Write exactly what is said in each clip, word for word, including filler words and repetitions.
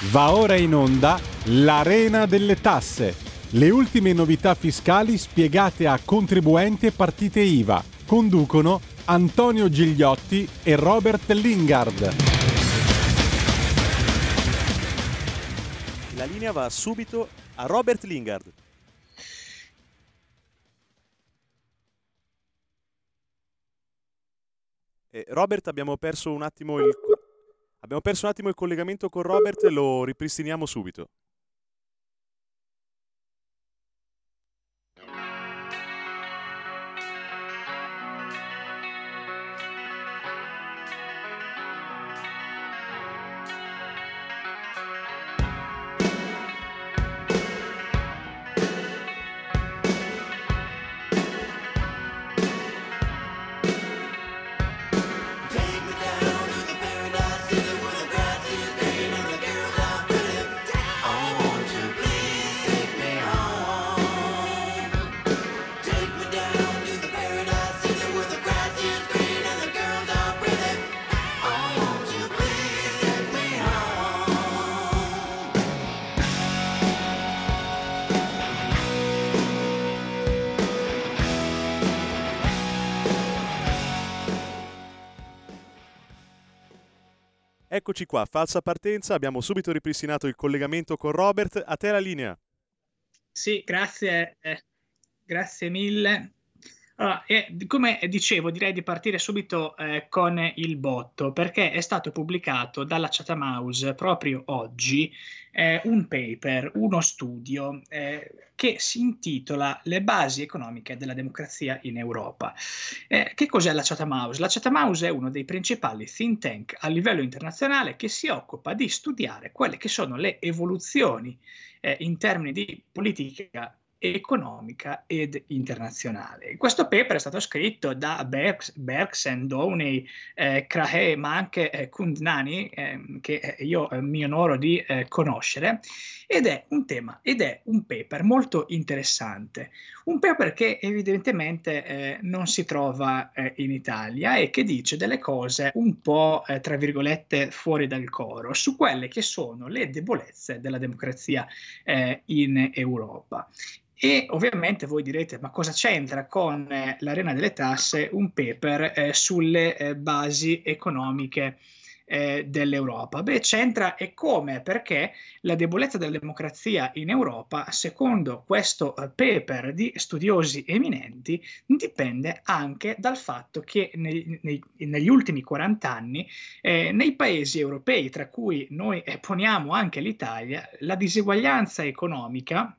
Va ora in onda l'Arena delle Tasse. Le ultime novità fiscali spiegate a contribuenti e partite I V A. Conducono Antonio Gigliotti e Robert Lingard. La linea va subito a Robert Lingard. Eh, Robert, abbiamo perso un attimo il abbiamo perso un attimo il collegamento con Robert, lo ripristiniamo subito. Eccoci qua, falsa partenza, abbiamo subito ripristinato il collegamento con Robert. A te la linea. Sì, grazie, eh, grazie mille. Allora, eh, come dicevo, direi di partire subito eh, con il botto, perché è stato pubblicato dalla Chatham House proprio oggi eh, un paper, uno studio eh, che si intitola Le basi economiche della democrazia in Europa. Eh, che cos'è la Chatham House? La Chatham House è uno dei principali think tank a livello internazionale che si occupa di studiare quelle che sono le evoluzioni eh, in termini di politica economica ed internazionale. Questo paper è stato scritto da Berks, Berksen, Downey, eh, Krahe, ma anche eh, Kundnani, eh, che io eh, mi onoro di eh, conoscere, ed è un tema, ed è un paper molto interessante, un paper che evidentemente eh, non si trova eh, in Italia e che dice delle cose un po' eh, tra virgolette fuori dal coro su quelle che sono le debolezze della democrazia eh, in Europa. E ovviamente voi direte, ma cosa c'entra con eh, l'Arena delle Tasse un paper eh, sulle eh, basi economiche eh, dell'Europa? Beh, c'entra e come? Perché la debolezza della democrazia in Europa, secondo questo eh, paper di studiosi eminenti, dipende anche dal fatto che nei, nei, negli ultimi quaranta anni eh, nei paesi europei, tra cui noi eh, poniamo anche l'Italia, la diseguaglianza economica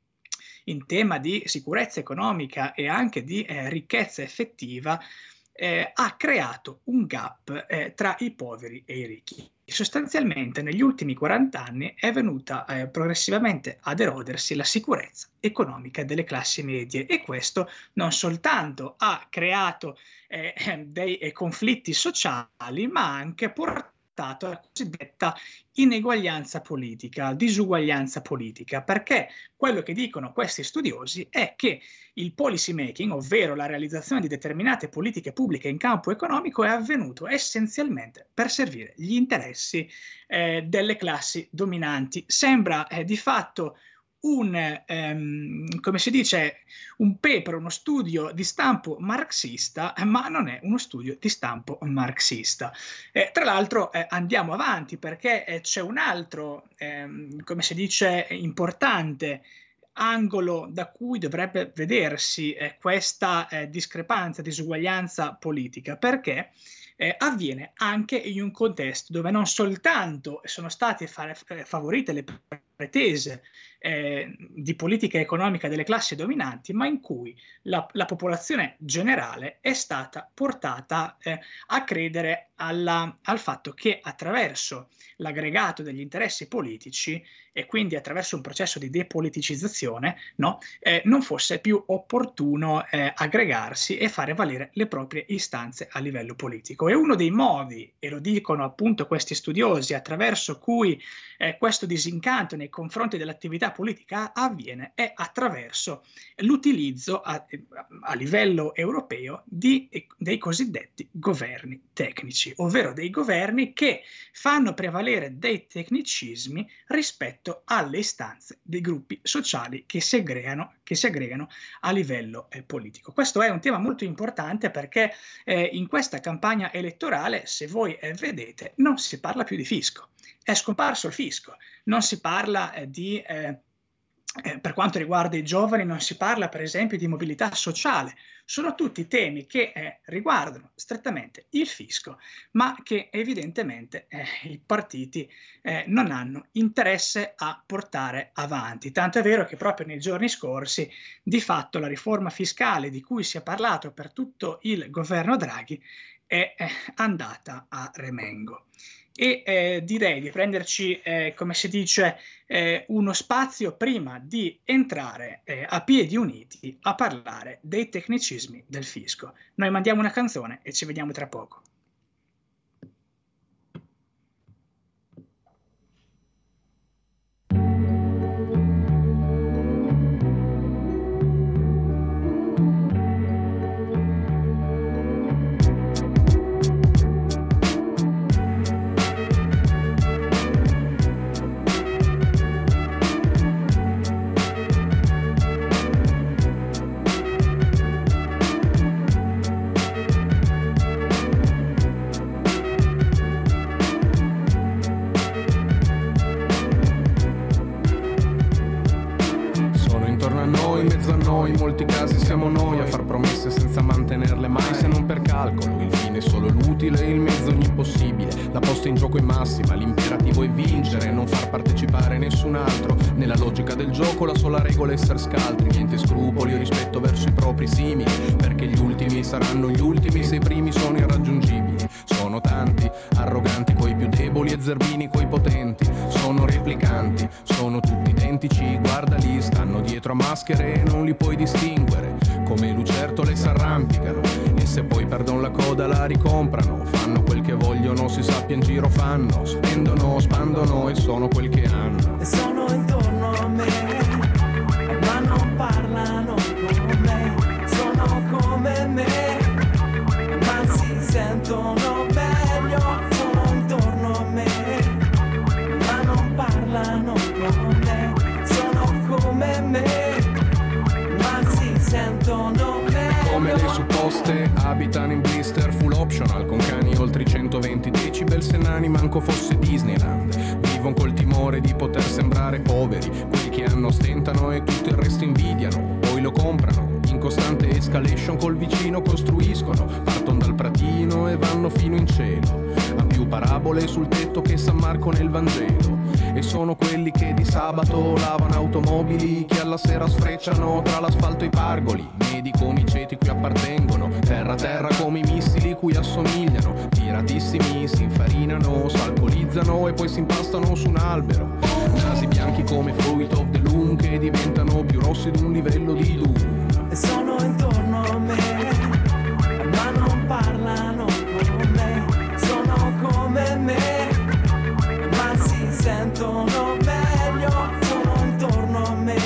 in tema di sicurezza economica e anche di eh, ricchezza effettiva, eh, ha creato un gap eh, tra i poveri e i ricchi. Sostanzialmente negli ultimi quaranta anni è venuta eh, progressivamente ad erodersi la sicurezza economica delle classi medie e questo non soltanto ha creato eh, dei eh, conflitti sociali, ma ha anche portato alla cosiddetta ineguaglianza politica, disuguaglianza politica, perché quello che dicono questi studiosi è che il policy making, ovvero la realizzazione di determinate politiche pubbliche in campo economico, è avvenuto essenzialmente per servire gli interessi eh, delle classi dominanti. Sembra eh, di fatto un, ehm, come si dice, un paper, uno studio di stampo marxista, ma non è uno studio di stampo marxista. Eh, tra l'altro eh, andiamo avanti perché eh, c'è un altro, ehm, come si dice, importante angolo da cui dovrebbe vedersi eh, questa eh, discrepanza, disuguaglianza politica, perché eh, avviene anche in un contesto dove non soltanto sono state fa- favorite le pretese eh, di politica economica delle classi dominanti, ma in cui la, la popolazione generale è stata portata eh, a credere alla, al fatto che attraverso l'aggregato degli interessi politici e quindi attraverso un processo di depoliticizzazione, no, eh, non fosse più opportuno eh, aggregarsi e fare valere le proprie istanze a livello politico. E uno dei modi, e lo dicono appunto questi studiosi, attraverso cui eh, questo disincanto nei nei confronti dell'attività politica avviene è attraverso l'utilizzo a, a livello europeo di, dei cosiddetti governi tecnici, ovvero dei governi che fanno prevalere dei tecnicismi rispetto alle istanze dei gruppi sociali che si aggregano, che si aggregano a livello eh, politico. Questo è un tema molto importante perché eh, in questa campagna elettorale, se voi eh, vedete, non si parla più di fisco. È scomparso il fisco, non si parla eh, di, eh, eh, per quanto riguarda i giovani, non si parla per esempio di mobilità sociale. Sono tutti temi che eh, riguardano strettamente il fisco, ma che evidentemente eh, i partiti eh, non hanno interesse a portare avanti. Tanto è vero che proprio nei giorni scorsi, di fatto, la riforma fiscale di cui si è parlato per tutto il governo Draghi è eh, andata a remengo. E eh, direi di prenderci, eh, come si dice, eh, uno spazio prima di entrare eh, a piedi uniti a parlare dei tecnicismi del fisco. Noi mandiamo una canzone e ci vediamo tra poco. In molti casi siamo noi a far promesse senza mantenerle mai, se non per calcolo. Il fine è solo l'utile e il mezzo ogni possibile. La posta in gioco è massima, l'imperativo è vincere, non far partecipare nessun altro. Nella logica del gioco la sola regola è essere scaltri, niente scrupoli o rispetto verso i propri simili, perché gli ultimi saranno gli ultimi se i primi sono irraggiungibili. Sono tanti, arroganti coi più deboli e zerbini coi potenti. Sono replicanti, sono tutti identici, guardali, stanno dietro a maschere e non li puoi distinguere. Come lucertole s'arrampicano e se poi perdono la coda la ricomprano. Fanno quel che vogliono, si sappia in giro fanno, spendono, spandono e sono quel che hanno. E sono intorno a me, ma non parlano con me. Sono come me, ma si sentono meglio. Sono intorno a me, ma non parlano con me. Sono come me, ma si sentono meglio. Come le supposte abitano in blister full optional, con cani oltre i centoventi decibel, se nani manco fosse Disneyland. Vivono col timore di poter sembrare poveri, quelli che hanno stentano e tutto il resto invidiano, poi lo comprano. In costante escalation col vicino costruiscono, partono dal pratino e vanno fino in cielo. Ha più parabole sul tetto che San Marco nel Vangelo. E sono quelli che di sabato lavano automobili, che alla sera sfrecciano tra l'asfalto e i pargoli. Medi come i ceti cui appartengono, terra a terra come i missili cui assomigliano. Tiratissimi si infarinano, s'alcolizzano e poi si impastano su un albero. Nasi bianchi come fruit of the loom, che diventano più rossi di un livello di Doom. E sono intorno a me, ma non parlano con me. Sono come me, ma si sentono meglio. Sono intorno a me,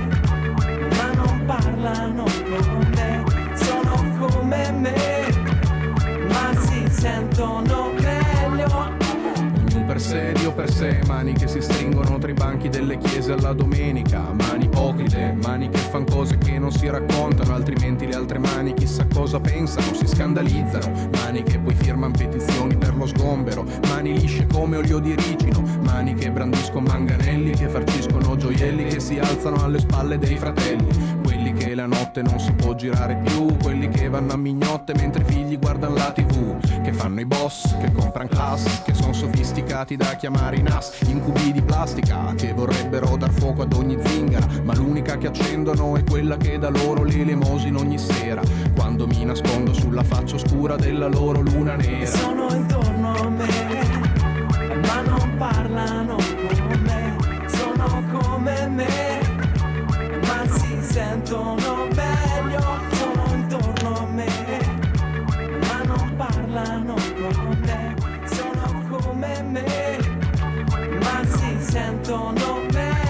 ma non parlano con me. Sono come me, ma si sentono meglio. Ognuno per sé, Dio per sé, mani che si stringono tra i banchi delle chiese alla domenica. Mani ipocrite, mani che fan cose che non si raccontano, altrimenti le altre mani chissà cosa pensano, si scandalizzano. Mani che poi firman petizioni per lo sgombero, mani lisce come olio di ricino, mani che brandiscono manganelli, che farciscono gioielli, che si alzano alle spalle dei fratelli. Quelli che la notte non si può girare più, quelli che vanno a mignotte mentre i figli guardano la tivù, che fanno i boss, che compran class, che sono sofisticati da chiamare i N A S, incubi di plastica, che vorrebbero dar fuoco ad ogni zingara, ma l'unica che accendono è quella che dà loro le elemosine ogni sera, quando mi nascondo sulla faccia oscura della loro luna nera. Sono intorno a me, ma non parlano con me. Sono come me, ma si sentono meglio. Sono intorno a me, ma non parlano con me. Sono come me, ma si sentono meglio.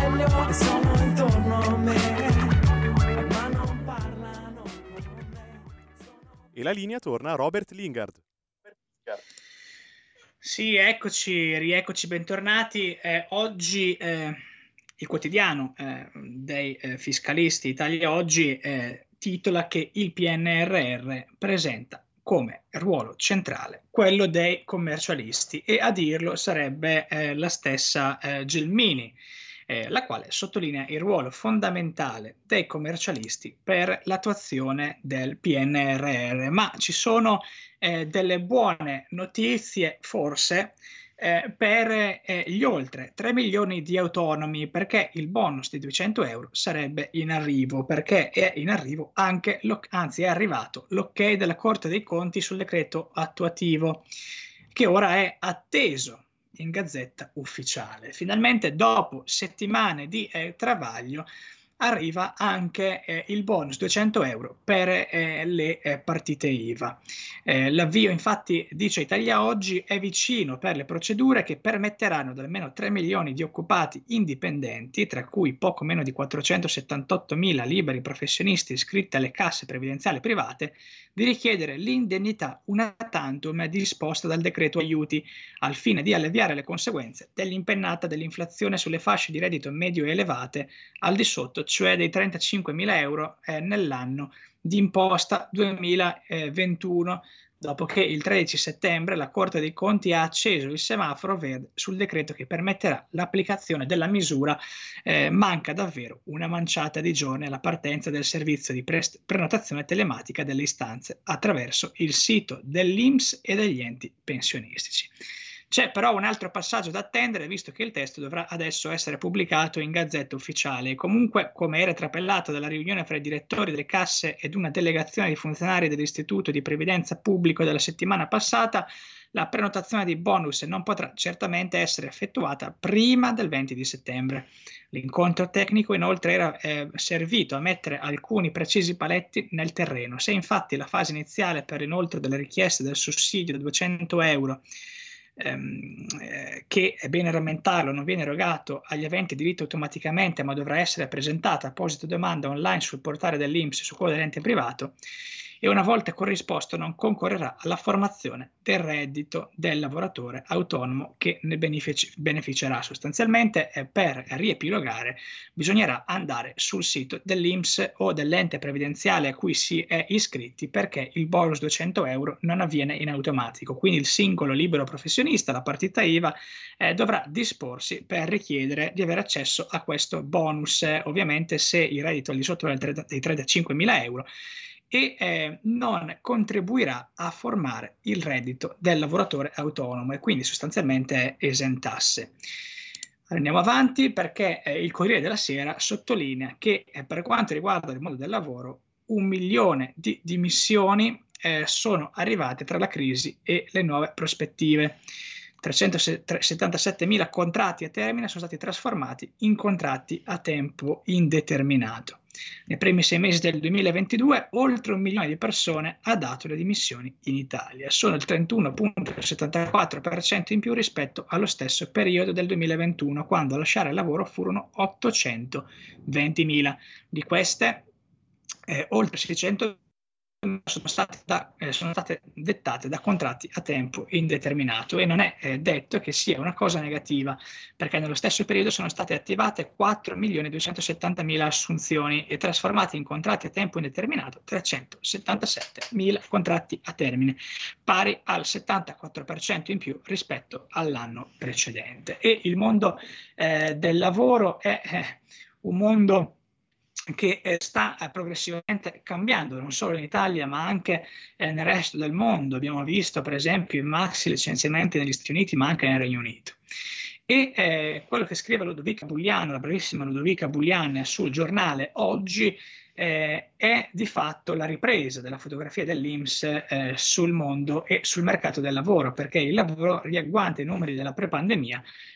la linea torna a Robert Lingard. Sì, eccoci, rieccoci, bentornati. Eh, oggi eh, il quotidiano eh, dei eh, fiscalisti Italia Oggi eh, titola che il P N R R presenta come ruolo centrale quello dei commercialisti, e a dirlo sarebbe eh, la stessa eh, Gelmini, eh, la quale sottolinea il ruolo fondamentale dei commercialisti per l'attuazione del P N R R. Ma ci sono eh, delle buone notizie forse eh, per eh, gli oltre tre milioni di autonomi, perché il bonus di duecento euro sarebbe in arrivo, perché è in arrivo anche, lo, anzi è arrivato l'ok della Corte dei Conti sul decreto attuativo, che ora è atteso in Gazzetta Ufficiale. Finalmente, dopo settimane di eh, travaglio, arriva anche eh, il bonus duecento euro per eh, le eh, partite I V A. Eh, l'avvio, infatti, dice Italia Oggi, è vicino per le procedure che permetteranno ad almeno tre milioni di occupati indipendenti, tra cui poco meno di quattrocentosettantottomila liberi professionisti iscritti alle casse previdenziali private, di richiedere l'indennità una tantum disposta dal decreto aiuti, al fine di alleviare le conseguenze dell'impennata dell'inflazione sulle fasce di reddito medio elevate, al di sotto cioè dei trentacinquemila euro eh, nell'anno di imposta duemilaventuno, dopo che il tredici settembre la Corte dei Conti ha acceso il semaforo verde sul decreto che permetterà l'applicazione della misura. Eh, manca davvero una manciata di giorni alla partenza del servizio di pre- prenotazione telematica delle istanze attraverso il sito dell'I N P S e degli enti pensionistici. C'è però un altro passaggio da attendere, visto che il testo dovrà adesso essere pubblicato in Gazzetta Ufficiale. E comunque, come era trapellato dalla riunione fra i direttori delle casse ed una delegazione di funzionari dell'Istituto di Previdenza Pubblico della settimana passata, la prenotazione di bonus non potrà certamente essere effettuata prima del venti di settembre. L'incontro tecnico inoltre era eh, servito a mettere alcuni precisi paletti nel terreno. Se infatti la fase iniziale per l'inoltro delle richieste del sussidio da duecento euro Ehm, eh, che è bene rammentarlo, non viene erogato agli aventi diritto automaticamente, ma dovrà essere presentata apposita domanda online sul portale dell'I N P S e su quello dell'ente privato, e una volta corrisposto non concorrerà alla formazione del reddito del lavoratore autonomo che ne benefic- beneficerà. Sostanzialmente, eh, per riepilogare bisognerà andare sul sito dell'I N P S o dell'ente previdenziale a cui si è iscritti, perché il bonus duecento euro non avviene in automatico, quindi il singolo libero professionista, la partita I V A, eh, dovrà disporsi per richiedere di avere accesso a questo bonus, eh, ovviamente se il reddito è al di sotto dei trentacinquemila euro, e eh, non contribuirà a formare il reddito del lavoratore autonomo, e quindi sostanzialmente è esentasse. Andiamo avanti, perché eh, il Corriere della Sera sottolinea che eh, per quanto riguarda il mondo del lavoro, un milione di dimissioni eh, sono arrivate tra la crisi e le nuove prospettive. trecentosettantasettemila contratti a termine sono stati trasformati in contratti a tempo indeterminato. Nei primi sei mesi del duemilaventidue oltre un milione di persone ha dato le dimissioni in Italia. Sono il trentuno virgola settantaquattro per cento in più rispetto allo stesso periodo del duemilaventuno, quando a lasciare il lavoro furono ottocentoventimila. Di queste, eh, oltre seicento sono state, da, eh, sono state dettate da contratti a tempo indeterminato, e non è eh, detto che sia una cosa negativa, perché nello stesso periodo sono state attivate quattro milioni duecentosettantamila assunzioni e trasformate in contratti a tempo indeterminato trecentosettantasettemila contratti a termine, pari al settantaquattro per cento in più rispetto all'anno precedente. E il mondo eh, del lavoro è eh, un mondo che eh, sta eh, progressivamente cambiando, non solo in Italia ma anche eh, nel resto del mondo. Abbiamo visto per esempio i maxi licenziamenti negli Stati Uniti, ma anche nel Regno Unito. E eh, quello che scrive Ludovica Bugliano, la bravissima Ludovica Bugliano, sul giornale Oggi, eh, è di fatto la ripresa della fotografia dell'I N P S eh, sul mondo e sul mercato del lavoro, perché il lavoro riagguanta i numeri della pre-pandemia,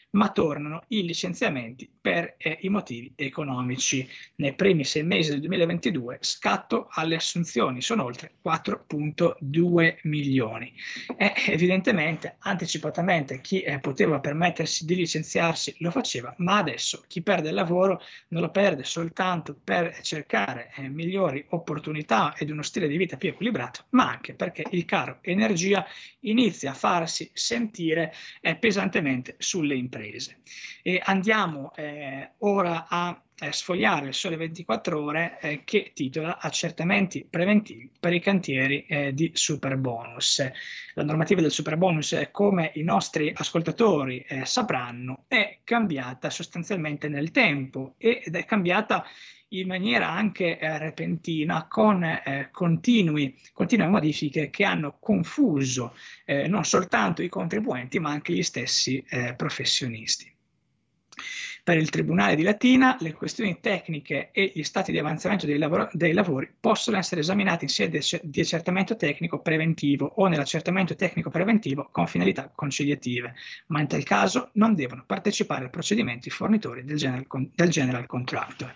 ma tornano i licenziamenti per eh, i motivi economici. Nei primi sei mesi del duemilaventidue scatto alle assunzioni, sono oltre quattro virgola due milioni. E evidentemente, anticipatamente, chi eh, poteva permettersi di licenziarsi lo faceva, ma adesso chi perde il lavoro non lo perde soltanto per cercare eh, migliori opportunità ed uno stile di vita più equilibrato, ma anche perché il caro energia inizia a farsi sentire eh, pesantemente sulle imprese. E andiamo eh, ora a eh, sfogliare il Sole ventiquattro Ore eh, che titola Accertamenti preventivi per i cantieri eh, di Superbonus. La normativa del Superbonus, eh, come i nostri ascoltatori eh, sapranno, è cambiata sostanzialmente nel tempo ed è cambiata in maniera anche eh, repentina, con eh, continui, continue modifiche che hanno confuso eh, non soltanto i contribuenti ma anche gli stessi eh, professionisti. Per il Tribunale di Latina le questioni tecniche e gli stati di avanzamento dei, lavoro, dei lavori possono essere esaminati in sede di accertamento tecnico preventivo o nell'accertamento tecnico preventivo con finalità conciliative, ma in tal caso non devono partecipare al procedimento i fornitori del general, del general contractor.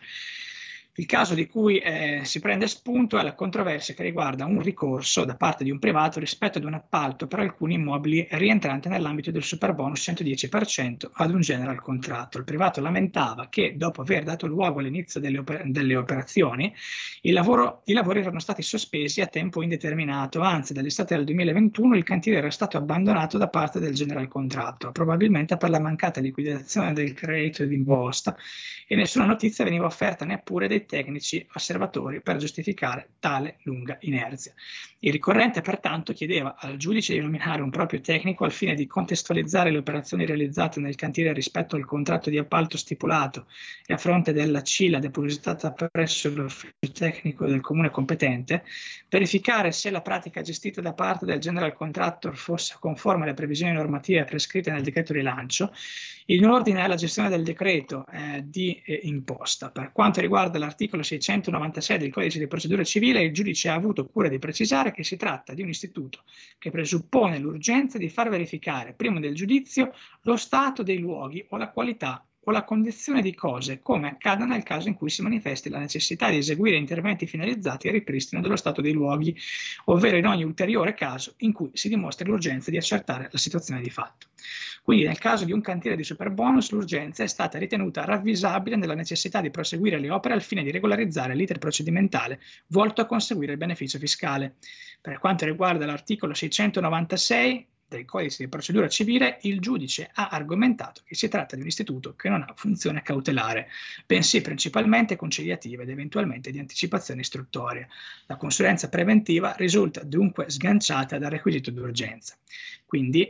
Il caso di cui eh, si prende spunto è la controversia che riguarda un ricorso da parte di un privato rispetto ad un appalto per alcuni immobili rientranti nell'ambito del Superbonus centodieci per cento ad un general contractor. Il privato lamentava che dopo aver dato luogo all'inizio delle, oper- delle operazioni il lavoro, i lavori erano stati sospesi a tempo indeterminato, anzi dall'estate del duemilaventuno il cantiere era stato abbandonato da parte del general contractor, probabilmente per la mancata liquidazione del credito d'imposta, e nessuna notizia veniva offerta neppure dei tecnici osservatori per giustificare tale lunga inerzia. Il ricorrente pertanto chiedeva al giudice di nominare un proprio tecnico al fine di contestualizzare le operazioni realizzate nel cantiere rispetto al contratto di appalto stipulato e a fronte della C I L A depositata presso l'ufficio tecnico del comune competente, verificare se la pratica gestita da parte del general contractor fosse conforme alle previsioni normative prescritte nel decreto rilancio, in ordine alla gestione del decreto eh, di eh, imposta. Per quanto riguarda l'articolo seicentonovantasei del Codice di Procedura Civile, il giudice ha avuto cura di precisare che si tratta di un istituto che presuppone l'urgenza di far verificare prima del giudizio lo stato dei luoghi o la qualità o la condizione di cose, come accada nel caso in cui si manifesti la necessità di eseguire interventi finalizzati al ripristino dello stato dei luoghi, ovvero in ogni ulteriore caso in cui si dimostri l'urgenza di accertare la situazione di fatto. Quindi nel caso di un cantiere di Superbonus l'urgenza è stata ritenuta ravvisabile nella necessità di proseguire le opere al fine di regolarizzare l'iter procedimentale volto a conseguire il beneficio fiscale. Per quanto riguarda l'articolo seicentonovantasei del Codice di Procedura Civile, il giudice ha argomentato che si tratta di un istituto che non ha funzione cautelare, bensì principalmente conciliativa ed eventualmente di anticipazione istruttoria. La consulenza preventiva risulta dunque sganciata dal requisito d'urgenza. Quindi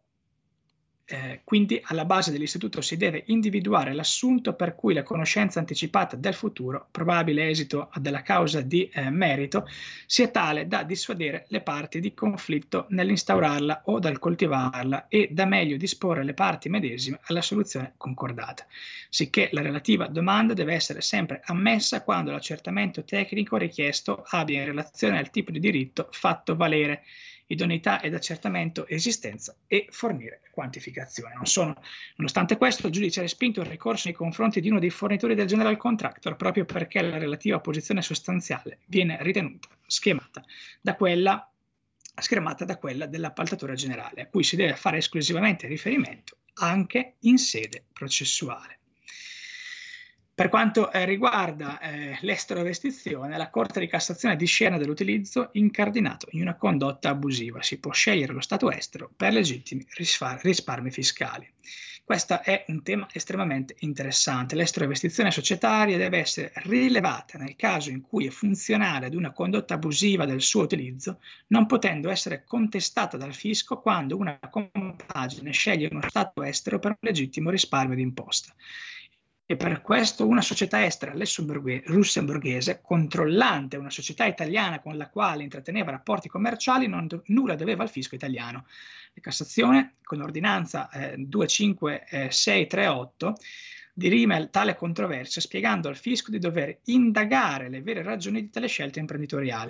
Eh, quindi alla base dell'istituto si deve individuare l'assunto per cui la conoscenza anticipata del futuro, probabile esito della causa di eh, merito, sia tale da dissuadere le parti di conflitto nell'instaurarla o dal coltivarla e da meglio disporre le parti medesime alla soluzione concordata, sicché la relativa domanda deve essere sempre ammessa quando l'accertamento tecnico richiesto abbia in relazione al tipo di diritto fatto valere, idoneità ed accertamento esistenza e fornire quantificazione. Non sono, nonostante questo, il giudice ha respinto il ricorso nei confronti di uno dei fornitori del general contractor proprio perché la relativa posizione sostanziale viene ritenuta schemata da quella, schermata da quella dell'appaltatore generale, a cui si deve fare esclusivamente riferimento anche in sede processuale. Per quanto eh, riguarda eh, l'esterovestizione, la Corte di Cassazione discerna dell'utilizzo incardinato in una condotta abusiva. Si può scegliere lo Stato estero per legittimi risparmi fiscali. Questo è un tema estremamente interessante. L'esterovestizione societaria deve essere rilevata nel caso in cui è funzionale ad una condotta abusiva del suo utilizzo, non potendo essere contestata dal fisco quando una compagine sceglie uno Stato estero per un legittimo risparmio d'imposta. E per questo una società estera lussemburghese, controllante una società italiana con la quale intratteneva rapporti commerciali, non do, nulla doveva al fisco italiano. La Cassazione, con ordinanza eh, due cinque sei tre otto, dirime tale controversia spiegando al fisco di dover indagare le vere ragioni di tale scelta imprenditoriale.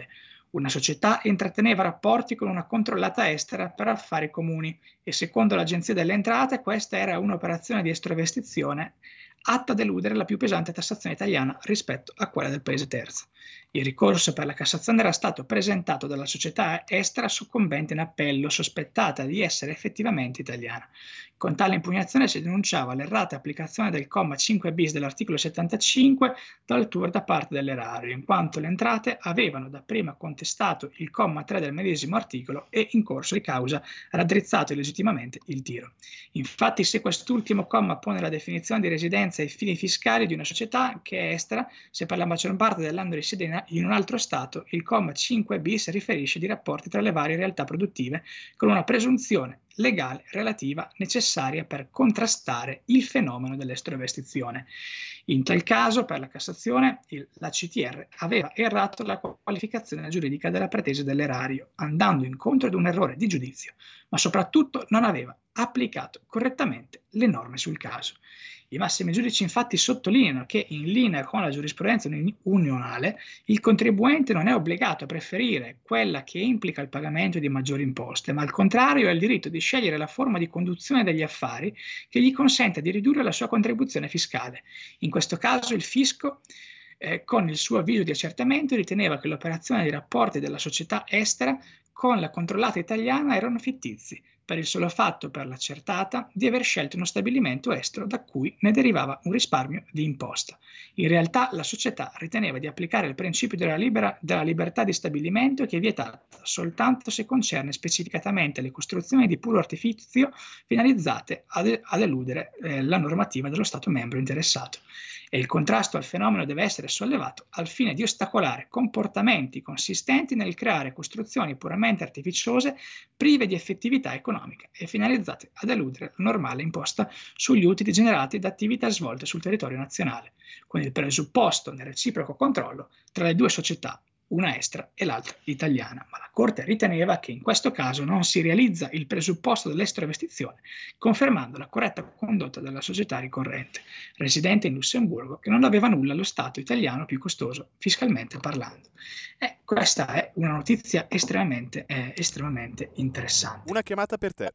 Una società intratteneva rapporti con una controllata estera per affari comuni e secondo l'Agenzia delle Entrate questa era un'operazione di estrovestizione atta ad eludere la più pesante tassazione italiana rispetto a quella del paese terzo. Il ricorso per la Cassazione era stato presentato dalla società estera soccombente in appello, sospettata di essere effettivamente italiana. Con tale impugnazione si denunciava l'errata applicazione del comma cinque bis dell'articolo settantacinque dal T U R da parte dell'erario, in quanto le entrate avevano dapprima contestato il comma tre del medesimo articolo e in corso di causa raddrizzato illegittimamente il tiro. Infatti, se quest'ultimo comma pone la definizione di residenza ai fini fiscali di una società che è estera, se per la maggior parte dell'anno risiede in un altro Stato, il comma cinque bis riferisce di rapporti tra le varie realtà produttive con una presunzione legale relativa necessaria per contrastare il fenomeno dell'estrovestizione. In tal caso, per la Cassazione, il, la C T R aveva errato la qualificazione giuridica della pretesa dell'erario, andando incontro ad un errore di giudizio, ma soprattutto non aveva applicato correttamente le norme sul caso. I massimi giudici infatti sottolineano che, in linea con la giurisprudenza unionale, il contribuente non è obbligato a preferire quella che implica il pagamento di maggiori imposte, ma al contrario ha il diritto di scegliere la forma di conduzione degli affari che gli consente di ridurre la sua contribuzione fiscale. In questo caso il fisco, eh, con il suo avviso di accertamento, riteneva che l'operazione di rapporti della società estera con la controllata italiana erano fittizi, per il solo fatto per l'accertata di aver scelto uno stabilimento estero da cui ne derivava un risparmio di imposta. In realtà la società riteneva di applicare il principio della, libera, della libertà di stabilimento, che è vietata soltanto se concerne specificatamente le costruzioni di puro artifizio finalizzate ad, ad eludere eh, la normativa dello Stato membro interessato. E il contrasto al fenomeno deve essere sollevato al fine di ostacolare comportamenti consistenti nel creare costruzioni puramente artificiose, prive di effettività economica e finalizzate ad eludere la normale imposta sugli utili generati da attività svolte sul territorio nazionale, con il presupposto del reciproco controllo tra le due società, una estera e l'altra italiana. Ma la Corte riteneva che in questo caso non si realizza il presupposto dell'estrovestizione, confermando la corretta condotta della società ricorrente, residente in Lussemburgo, che non aveva nulla allo Stato italiano più costoso fiscalmente parlando. E questa è una notizia estremamente, eh, estremamente interessante. Una chiamata per te.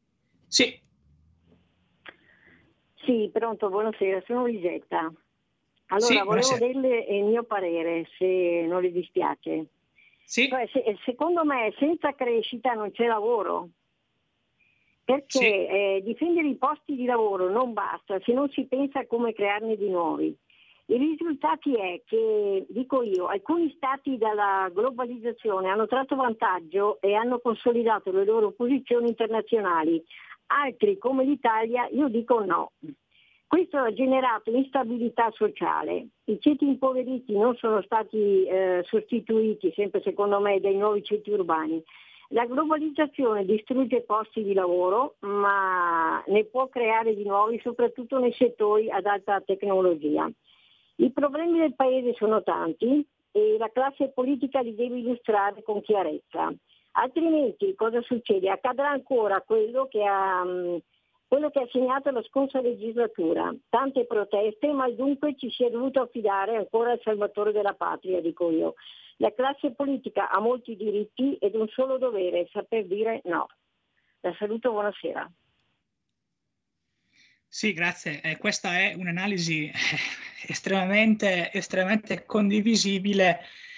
Sì. Sì, pronto, buonasera, sono Lisetta. Allora, sì, volevo dirle il mio parere, se non le dispiace. Sì. Cioè, se, secondo me senza crescita non c'è lavoro, perché sì. eh, difendere i posti di lavoro non basta se non si pensa a come crearne di nuovi. I risultati è che, dico io, alcuni stati dalla globalizzazione hanno tratto vantaggio e hanno consolidato le loro posizioni internazionali, altri come l'Italia io dico no. Questo ha generato instabilità sociale. I ceti impoveriti non sono stati eh, sostituiti, sempre secondo me, dai nuovi ceti urbani. La globalizzazione distrugge posti di lavoro, ma ne può creare di nuovi, soprattutto nei settori ad alta tecnologia. I problemi del Paese sono tanti e la classe politica li deve illustrare con chiarezza. Altrimenti cosa succede? Accadrà ancora quello che ha... Mh, Quello che ha segnato la scorsa legislatura, tante proteste, ma dunque ci si è dovuto affidare ancora al salvatore della patria, dico io. La classe politica ha molti diritti ed un solo dovere, saper dire no. La saluto, buonasera. Sì, grazie. Eh, questa è un'analisi estremamente, estremamente condivisibile.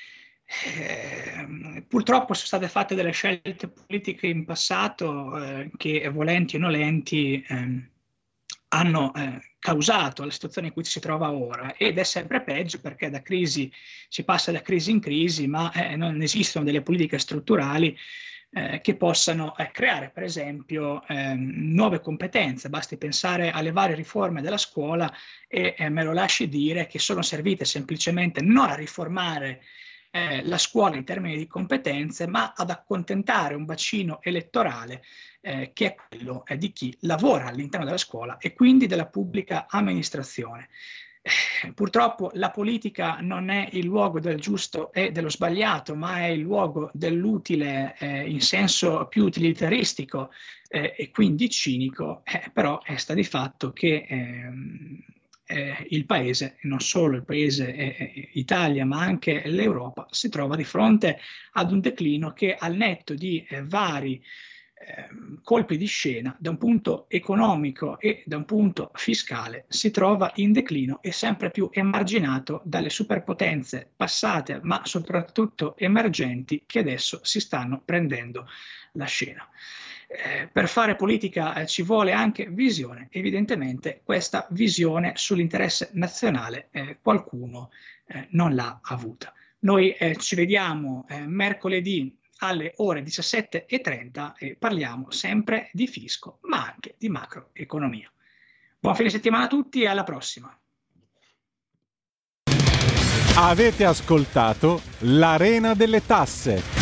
Eh, purtroppo sono state fatte delle scelte politiche in passato eh, che, volenti o nolenti, eh, hanno eh, causato la situazione in cui ci si trova ora, ed è sempre peggio perché da crisi si passa da crisi in crisi, ma eh, non esistono delle politiche strutturali eh, che possano eh, creare, per esempio, eh, nuove competenze. Basti pensare alle varie riforme della scuola e eh, me lo lasci dire che sono servite semplicemente non a riformare Eh, la scuola in termini di competenze, ma ad accontentare un bacino elettorale eh, che è quello eh, di chi lavora all'interno della scuola e quindi della pubblica amministrazione. Eh, purtroppo la politica non è il luogo del giusto e dello sbagliato, ma è il luogo dell'utile eh, in senso più utilitaristico eh, e quindi cinico, eh, però sta di fatto che ehm, eh, il paese, e non solo il paese eh, Italia, ma anche l'Europa, si trova di fronte ad un declino che, al netto di eh, vari eh, colpi di scena, da un punto economico e da un punto fiscale, si trova in declino e sempre più emarginato dalle superpotenze passate, ma soprattutto emergenti, che adesso si stanno prendendo la scena. Eh, per fare politica eh, ci vuole anche visione. Evidentemente questa visione sull'interesse nazionale eh, qualcuno eh, non l'ha avuta. Noi eh, ci vediamo eh, mercoledì alle ore diciassette e trenta e parliamo sempre di fisco, ma anche di macroeconomia. Buon fine settimana a tutti e alla prossima. Avete ascoltato l'Arena delle Tasse.